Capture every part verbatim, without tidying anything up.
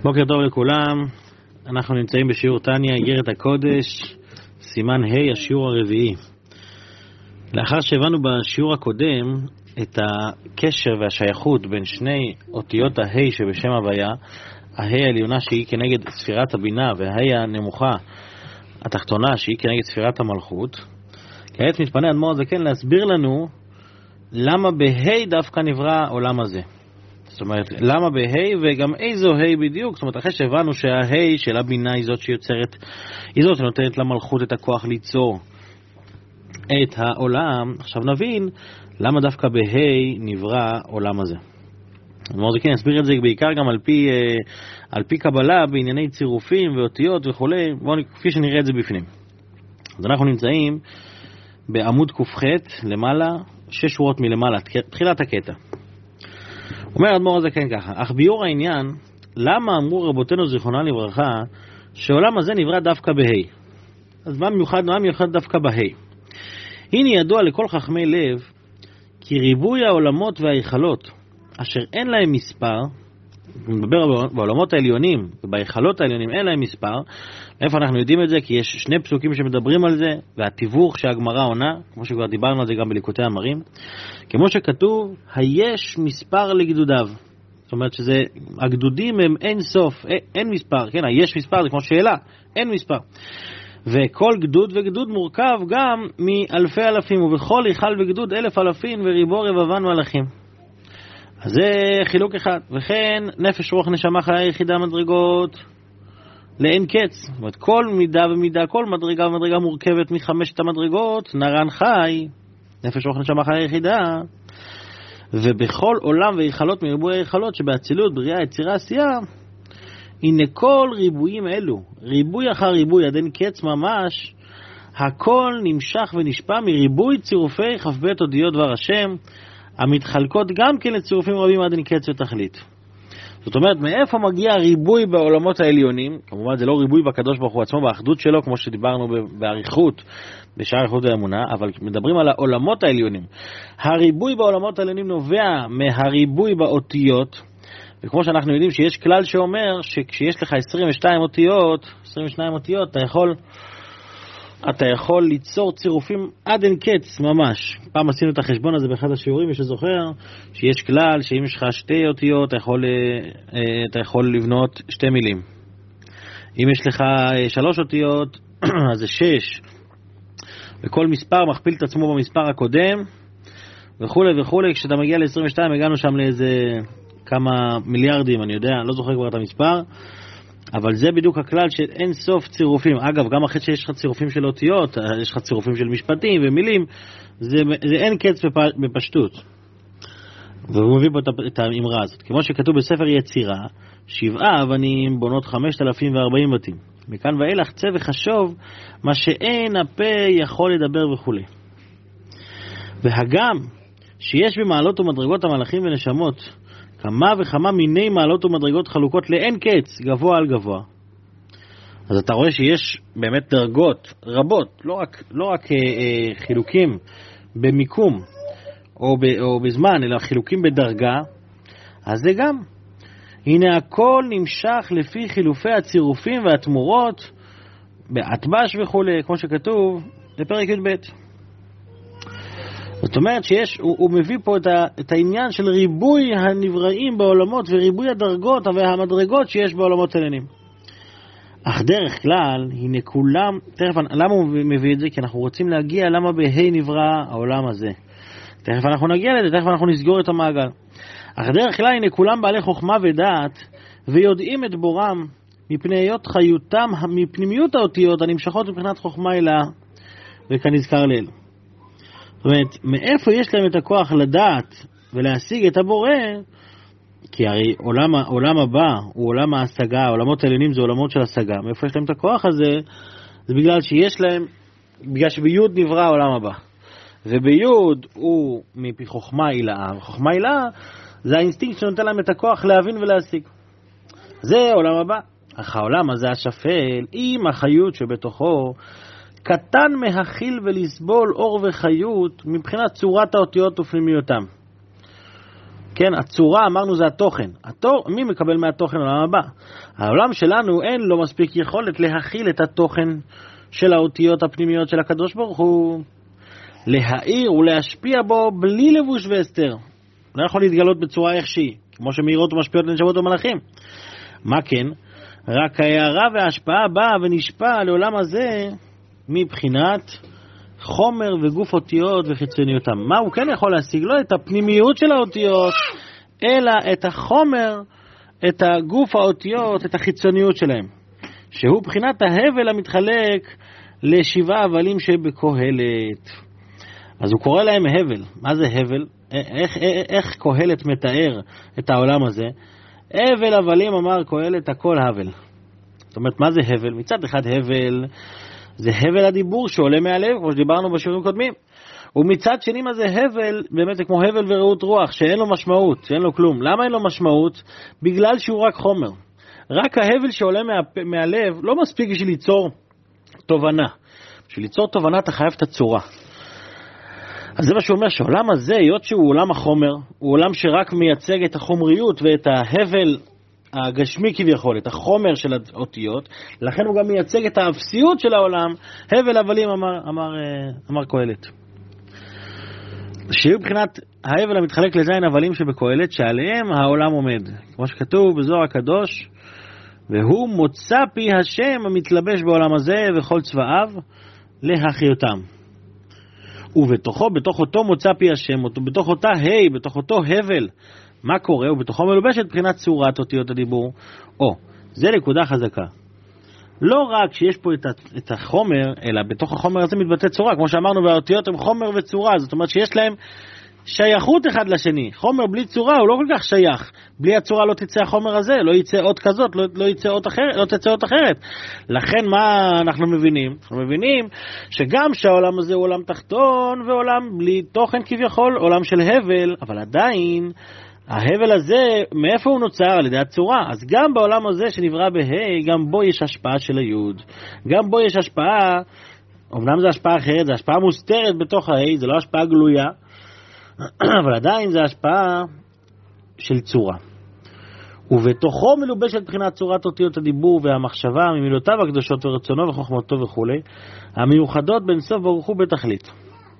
בוקר טוב לכולם, אנחנו נמצאים בשיעור תניה, איגרת הקודש, סימן ה', השיעור הרביעי. לאחר שהבנו בשיעור הקודם את הקשר והשייכות בין שני אותיות הה' שבשם הוויה, הה' העליונה שהיא כנגד ספירת הבינה והה' הנמוכה התחתונה שהיא כנגד ספירת המלכות, כעת מתפנה אדמו"ר הזקן להסביר לנו למה בה' דווקא נברא העולם הזה. זאת אומרת, למה בה' וגם איזו ה' בדיוק. זאת אומרת, אחרי שהבנו שהה' של הבינה היא זאת שיוצרת, היא זאת שנותנת למלכות את הכוח ליצור את העולם, עכשיו נבין למה דווקא בה' נברא העולם הזה. אדמו"ר הזקן יסביר את זה בעיקר גם על פי, על פי קבלה בענייני צירופים ואותיות וכו'. בואו כפי שנראה את זה בפנים. אז אנחנו נמצאים בעמוד ק"ח למעלה, שש שורות מלמעלה, תחילת הקטע. אומר אדמו"ר הזקן ככה: אך ביור העניין, למה אמרו רבותינו זיכרונם לברכה שהעולם הזה נברא דווקא בה'? אז מה מיוחד, מה מיוחד דווקא בה'? הנה ידוע לכל חכמי לב כי ריבוי העולמות וההיכלות אשר אין להם מספר, מדבר בעולמות העליונים ובהיכלות העליונים אין להם מספר. איפה אנחנו יודעים את זה? כי יש שני פסוקים שמדברים על זה, והתיווך שהגמרא עונה, כמו שכבר דיברנו על זה גם בליקוטי המרים, כמו שכתוב, היש מספר לגדודיו. זאת אומרת שזה, הגדודים הם אין סוף, אין, אין מספר, כן, היש מספר זה כמו שאלה, אין מספר. וכל גדוד וגדוד מורכב גם מאלפי אלפים, ובכל היכל וגדוד אלף אלפים וריבו רבבן מלאכים. אז זה חילוק אחד. וכן נפש רוח נשמה חיה יחידה מדרגות לאין קץ. זאת אומרת, כל מידה ומידה, כל מדרגה ומדרגה מורכבת מחמשת המדרגות, נרן חי, נפש רוח נשמה חיה יחידה. ובכל עולם והיכלות מריבוי היכלות שבאצילות, בריאה, יצירה, עשייה, הנה כל ריבויים אלו, ריבוי אחר ריבוי עד אין קץ ממש, הכל נמשך ונשפע מריבוי צירופי כ"ב אותיות דבר השם, המתחלקות גם כן לצירופים רבים עד אין קץ ותכלית. זאת אומרת, מאיפה מגיע ריבוי בעולמות העליונים? כמובן זה לא ריבוי בקדוש ברוך הוא עצמו, באחדות שלו, כמו שדיברנו בעריכות, בשער איכות האמונה, אבל מדברים על העולמות העליונים. הריבוי בעולמות העליונים נובע מהריבוי באותיות, וכמו שאנחנו יודעים שיש כלל שאומר שכשיש לך עשרים ושתיים אותיות, עשרים ושתיים אותיות, אתה יכול, אתה יכול ליצור צירופים עד אין קץ ממש. פעם עשינו את החשבון הזה באחד השיעורים, מי שזוכר, שיש כלל שאם יש לך שתי אותיות, אתה יכול, אתה יכול לבנות שתי מילים. אם יש לך שלוש אותיות, אז זה שש. וכל מספר מכפיל את עצמו במספר הקודם, וכו' וכו'. כשאתה מגיע ל-עשרים ושתיים, הגענו שם לאיזה כמה מיליארדים, אני יודע, לא זוכר כבר את המספר, אבל זה בדיוק הכלל של אין סוף צירופים. אגב, גם אחרי שיש לך צירופים של אותיות, יש לך צירופים של משפטים ומילים, זה, זה אין קץ בפשטות. והוא מביא פה את האמרה הזאת. כמו שכתוב בספר יצירה, שבעה אבנים בונות חמשת אלפים וארבעים בתים. מכאן ואילך צא וחשוב מה שאין הפה יכול לדבר וכו'. והגם שיש במעלות ומדרגות המלאכים ונשמות כמה וכמה מיני מעלות ומדרגות חלוקות לאין קץ, גבוה על גבוה. אז אתה רואה שיש באמת דרגות רבות, לא רק, לא רק אה, אה, חילוקים במיקום או, ב, או בזמן, אלא חילוקים בדרגה. אז זה גם. הנה הכל נמשך לפי חילופי הצירופים והתמורות, בהטבש וכו', כמו שכתוב בפרק י"ב. זאת אומרת שיש, הוא, הוא מביא פה את, ה, את העניין של ריבוי הנבראים בעולמות וריבוי הדרגות והמדרגות שיש בעולמות העליונים. אך דרך כלל, הנה כולם, תכף, למה הוא מביא את זה? כי אנחנו רוצים להגיע למה בה' נברא העולם הזה. תכף אנחנו נגיע לזה, תכף אנחנו נסגור את המעגל. אך דרך כלל, הנה כולם בעלי חוכמה ודעת, ויודעים את בורם מפני היות חיותם, מפנימיות האותיות הנמשכות מבחינת חוכמה אליה, וכנזכר ליל. זאת אומרת, מאיפה יש להם את הכוח לדעת ולהשיג את הבורא? כי הרי עולם, עולם הבא הוא עולם ההשגה, עולמות העליונים זה עולמות של השגה. מאיפה יש להם את הכוח הזה? זה בגלל שיש להם, בגלל שביוד נברא העולם הבא. וביוד הוא מפי חוכמה הילאה. חוכמה הילאה זה האינסטינקט שנותן להם את הכוח להבין ולהשיג. זה עולם הבא. אך העולם הזה השפל, עם החיות שבתוכו, קטן מהכיל ולסבול אור וחיות מבחינת צורת האותיות ופנימיותם. כן, הצורה, אמרנו, זה התוכן. התור, מי מקבל מהתוכן לעולם הבא? העולם שלנו אין לו מספיק יכולת להכיל את התוכן של האותיות הפנימיות של הקדוש ברוך הוא. להאיר ולהשפיע בו בלי לבוש והסתר. לא יכול להתגלות בצורה איך שהיא, כמו שמאירות ומשפיעות לנשמות ומלאכים. מה כן? רק ההערה וההשפעה באה ונשפע לעולם הזה מבחינת חומר וגוף אותיות וחיצוניותם. מה הוא כן יכול להשיג? לא את הפנימיות של האותיות, אלא את החומר, את הגוף האותיות, את החיצוניות שלהם. שהוא בחינת ההבל המתחלק לשבעה הבלים שבקהלת. אז הוא קורא להם הבל. מה זה הבל? איך, איך, איך קהלת מתאר את העולם הזה? הבל הבלים, אמר קהלת, הכל הבל. זאת אומרת, מה זה הבל? מצד אחד הבל זה הבל הדיבור שעולה מהלב, כמו שדיברנו בשיעורים קודמים. ומצד שני, מה זה הבל? באמת זה כמו הבל ורעות רוח, שאין לו משמעות, שאין לו כלום. למה אין לו משמעות? בגלל שהוא רק חומר. רק ההבל שעולה מה, מהלב לא מספיק בשביל ליצור תובנה. בשביל ליצור תובנה אתה חייב את הצורה. אז זה מה שהוא אומר, שהעולם הזה, היות שהוא עולם החומר, הוא עולם שרק מייצג את החומריות ואת ההבל הגשמי כביכול, את החומר של האותיות, לכן הוא גם מייצג את האפסיות של העולם, הבל הבלים, אמר, אמר, אמר קהלת. שיהיו מבחינת ההבל המתחלק לזין הבלים שבקהלת, שעליהם העולם עומד. כמו שכתוב בזוהר הקדוש, והוא מוצא פי השם המתלבש בעולם הזה וכל צבאיו להחיותם. ובתוכו, בתוך אותו מוצא פי השם, בתוך אותה ה', בתוך אותו הבל, מה קורה? ובתוכו מלובשת מבחינת צורת אותיות הדיבור. או, זה נקודה חזקה. לא רק שיש פה את, את החומר, אלא בתוך החומר הזה מתבטא צורה. כמו שאמרנו, והאותיות הם חומר וצורה. זאת אומרת שיש להם שייכות אחד לשני. חומר בלי צורה הוא לא כל כך שייך. בלי הצורה לא תצא החומר הזה, לא יצא אות כזאת, לא, לא, יצא אות אחרת, לא תצא אות אחרת. לכן מה אנחנו מבינים? אנחנו מבינים שגם שהעולם הזה הוא עולם תחתון, ועולם בלי תוכן כביכול, עולם של הבל, אבל עדיין ההבל הזה, מאיפה הוא נוצר? על ידי הצורה. אז גם בעולם הזה שנברא בה', גם בו יש השפעה של היוד. גם בו יש השפעה, אמנם זה השפעה אחרת, זה השפעה מוסתרת בתוך הה', זה לא השפעה גלויה, אבל עדיין זה השפעה של צורה. ובתוכו מלובשת מבחינת צורת אותיות הדיבור והמחשבה, ממילותיו הקדושות ורצונו וחוכמתו וכו', המיוחדות בין סוף ברוך הוא בתכלית.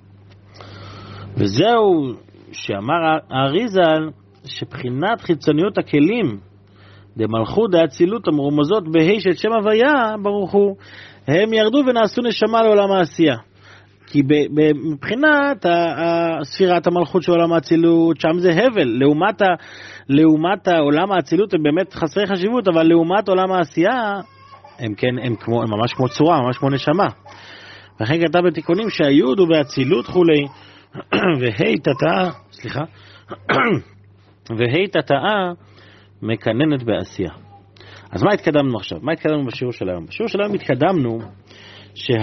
וזהו שאמר האריזל, שבחינת חיצוניות הכלים דמלכות דאצילות המרומזות בה' של שם הוויה ברוך הוא, הם ירדו ונעשו נשמה לעולם העשייה. כי מבחינת ספירת המלכות של עולם האצילות, שם זה הבל. לעומת, לעומת עולם האצילות הם באמת חסרי חשיבות, אבל לעומת עולם העשייה הם, כן, הם, כמו, הם ממש כמו צורה, ממש כמו נשמה. וכן כתב בתיקונים שהיוד הוא באצילות חולי, והי תתאה, סליחה, והי תתאה מקננת בעשייה. אז מה התקדמנו עכשיו? מה התקדמנו בשיעור של היום? בשיעור של היום התקדמנו שה...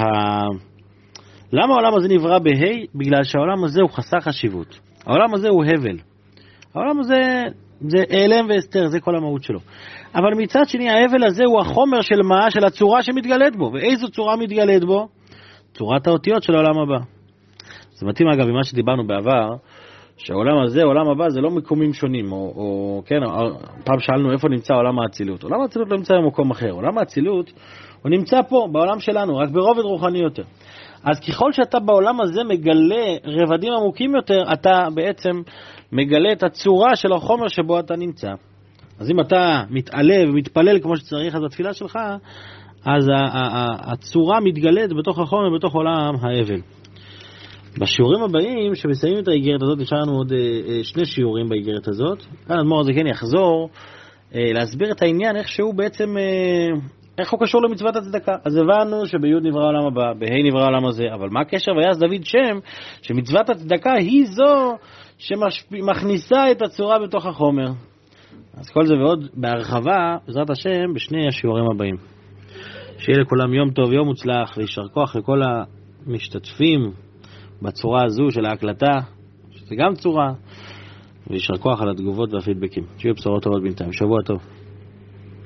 למה העולם הזה נברא בהי? בגלל שהעולם הזה הוא חסר חשיבות. העולם הזה הוא הבל. העולם הזה זה העלם והסתר, זה כל המהות שלו. אבל מצד שני ההבל הזה הוא החומר של מה? של הצורה שמתגלית בו. ואיזו צורה מתגלית בו? צורת האותיות של העולם הבא. זה מתאים אגב ממה שדיברנו בעבר, שהעולם הזה, העולם הבא, זה לא מקומים שונים, או, או כן, פעם שאלנו איפה נמצא עולם האצילות. עולם האצילות לא נמצא במקום אחר. עולם האצילות הוא נמצא פה, בעולם שלנו, רק ברובד רוחני יותר. אז ככל שאתה בעולם הזה מגלה רבדים עמוקים יותר, אתה בעצם מגלה את הצורה של החומר שבו אתה נמצא. אז אם אתה מתעלה ומתפלל כמו שצריך אז בתפילה שלך, אז הצורה מתגלית בתוך החומר, בתוך עולם ההבל. בשיעורים הבאים שמסיימים את האיגרת הזאת, יש לנו עוד שני שיעורים באיגרת הזאת. כאן אדמו"ר הזה כן יחזור להסביר את העניין, איך שהוא בעצם, איך הוא קשור למצוות הצדקה. אז הבנו שביוד נברא העולם הבא, בהי נברא העולם הזה, אבל מה הקשר? ויעש דוד שם שמצוות הצדקה היא זו שמכניסה את הצורה בתוך החומר. אז כל זה ועוד בהרחבה, בעזרת השם, בשני השיעורים הבאים. שיהיה לכולם יום טוב, יום מוצלח, וישר כוח לכל המשתתפים בצורה הזו של ההקלטה, שזה גם צורה, וישר כוח על התגובות והפידבקים. שיהיו בשורות טובות בינתיים. שבוע טוב.